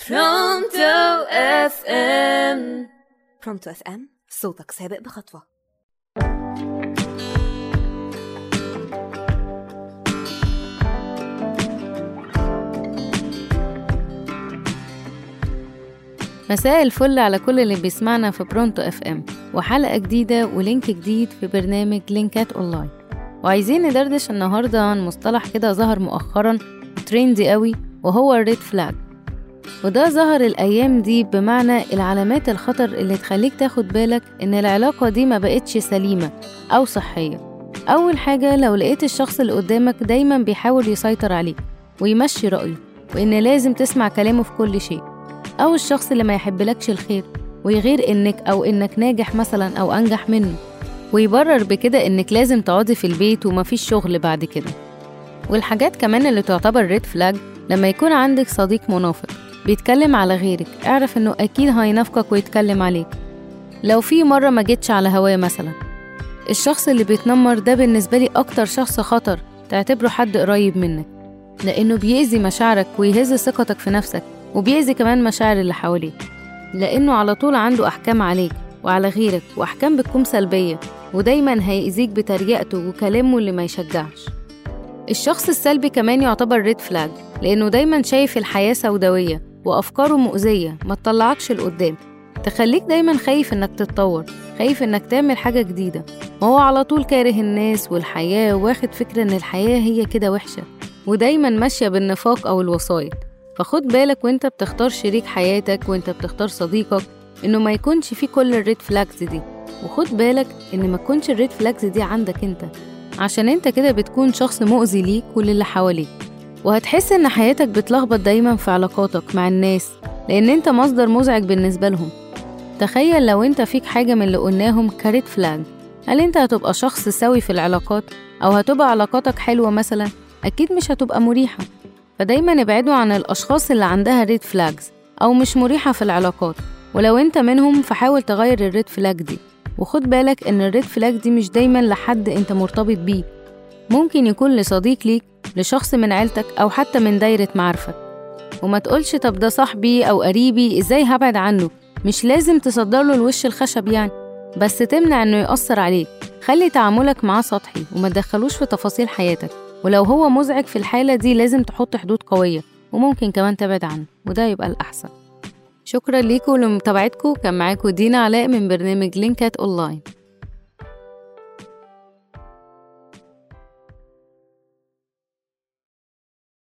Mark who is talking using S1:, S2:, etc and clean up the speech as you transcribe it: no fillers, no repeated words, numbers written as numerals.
S1: برونتو اف ام.
S2: برونتو اف ام، صوتك سابق بخطوة.
S3: مساء الفل على كل اللي بيسمعنا في برونتو اف ام، وحلقة جديدة ولينك جديد في برنامج لينكات اونلاين. وعايزين ندردش النهاردة عن مصطلح كده ظهر مؤخرا تريندي قوي، وهو الريد فلاج. وده ظهر الأيام دي بمعنى العلامات الخطر اللي تخليك تاخد بالك إن العلاقة دي ما بقتش سليمة أو صحية. أول حاجة، لو لقيت الشخص اللي قدامك دايما بيحاول يسيطر عليك ويمشي رأيه، وإن لازم تسمع كلامه في كل شيء، أو الشخص اللي ما يحبلكش الخير ويغير إنك ناجح مثلا أو أنجح منه، ويبرر بكده إنك لازم تقعدي في البيت ومفيش شغل بعد كده. والحاجات كمان اللي تعتبر ريد فلاج، لما يكون عندك صديق منافق بيتكلم على غيرك، اعرف إنه أكيد هينافقك ويتكلم عليك. لو في مرة ما جيتش على هواه مثلا. الشخص اللي بيتنمر ده بالنسبة لي أكتر شخص خطر تعتبره حد قريب منك، لأنه بيأذي مشاعرك ويهز ثقتك في نفسك، وبيأذي كمان مشاعر اللي حواليك، لأنه على طول عنده أحكام عليك وعلى غيرك، وأحكام بتكون سلبية، ودايما هيأذيك بتريقته وكلامه اللي ما يشجعش. الشخص السلبي كمان يعتبر ريد فلاج، لأنه دايما شايف الحياة سوداوية وأفكاره مؤذية ما تطلعكش لقدام، تخليك دايما خايف إنك تتطور، خايف إنك تعمل حاجة جديدة، وهو على طول كاره الناس والحياة، واخد فكرة إن الحياة هي كده وحشة، ودايما ماشية بالنفاق أو الوسايط. فخد بالك وانت بتختار شريك حياتك، وانت بتختار صديقك، انه ما يكونش فيه كل الريد فلاجز دي، وخد بالك ان ما يكونش الريد فلاجز دي عندك انت، عشان انت كده بتكون شخص مؤذي ليك وللي حواليك، وهتحس ان حياتك بتلخبط دايما في علاقاتك مع الناس، لان انت مصدر مزعج بالنسبة لهم. تخيل لو انت فيك حاجة من اللي قلناهم كريد فلاج، هل انت هتبقى شخص سوي في العلاقات، او هتبقى علاقاتك حلوة مثلا؟ اكيد مش هتبقى مريحة. فدايما ابعدوا عن الأشخاص اللي عندها ريد فلاجز أو مش مريحة في العلاقات، ولو انت منهم فحاول تغير الريد فلاج دي. وخد بالك ان الريد فلاج دي مش دايما لحد انت مرتبط بيه، ممكن يكون لصديق ليك، لشخص من عيلتك، أو حتى من دايرة معارفك. وما تقولش طب ده صاحبي أو قريبي ازاي هبعد عنه، مش لازم تصدرله الوش الخشب يعني، بس تمنع انه يأثر عليك. خلي تعاملك معاه سطحي وما تدخلوش في تفاصيل حياتك، ولو هو مزعج في الحالة دي لازم تحط حدود قوية، وممكن كمان تبعد عنه، وده يبقى الأحسن. شكرا ليكم ولمتابعتكم. كان معاكم دينا علاء من برنامج لينكات أونلاين.